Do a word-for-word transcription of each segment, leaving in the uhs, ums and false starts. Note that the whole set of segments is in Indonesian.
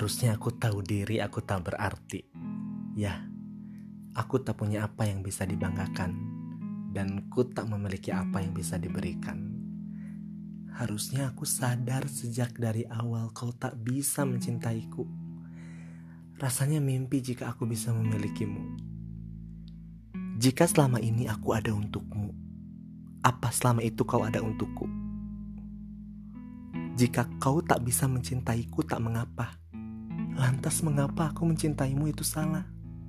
Harusnya aku tahu diri aku tak berarti. Ya, aku tak punya apa yang bisa dibanggakan, dan ku tak memiliki apa yang bisa diberikan. Harusnya aku sadar sejak dari awal kau tak bisa mencintaiku. Rasanya mimpi jika aku bisa memilikimu. Jika selama ini aku ada untukmu, apa selama itu kau ada untukku? Jika kau tak bisa mencintaiku tak mengapa, lantas mengapa aku mencintaimu itu salah?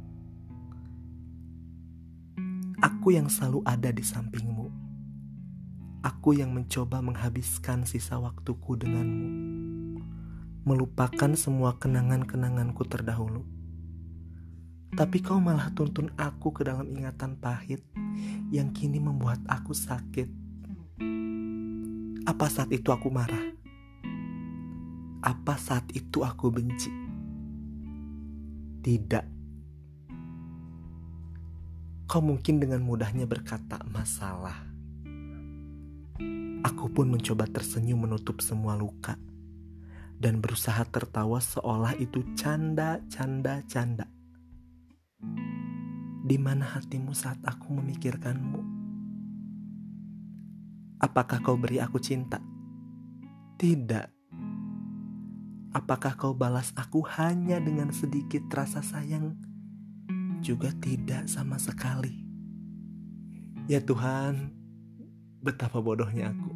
Aku yang selalu ada di sampingmu. Aku yang mencoba menghabiskan sisa waktuku denganmu, melupakan semua kenangan-kenanganku terdahulu. Tapi kau malah tuntun aku ke dalam ingatan pahit yang kini membuat aku sakit. Apa saat itu aku marah? Apa saat itu aku benci? Tidak. Kau mungkin dengan mudahnya berkata masalah. Aku pun mencoba tersenyum menutup semua luka dan berusaha tertawa seolah itu canda, canda, canda. Di mana hatimu saat aku memikirkanmu? Apakah kau beri aku cinta? Tidak. Apakah kau balas aku hanya dengan sedikit rasa sayang? Juga tidak sama sekali. Ya Tuhan, betapa bodohnya aku.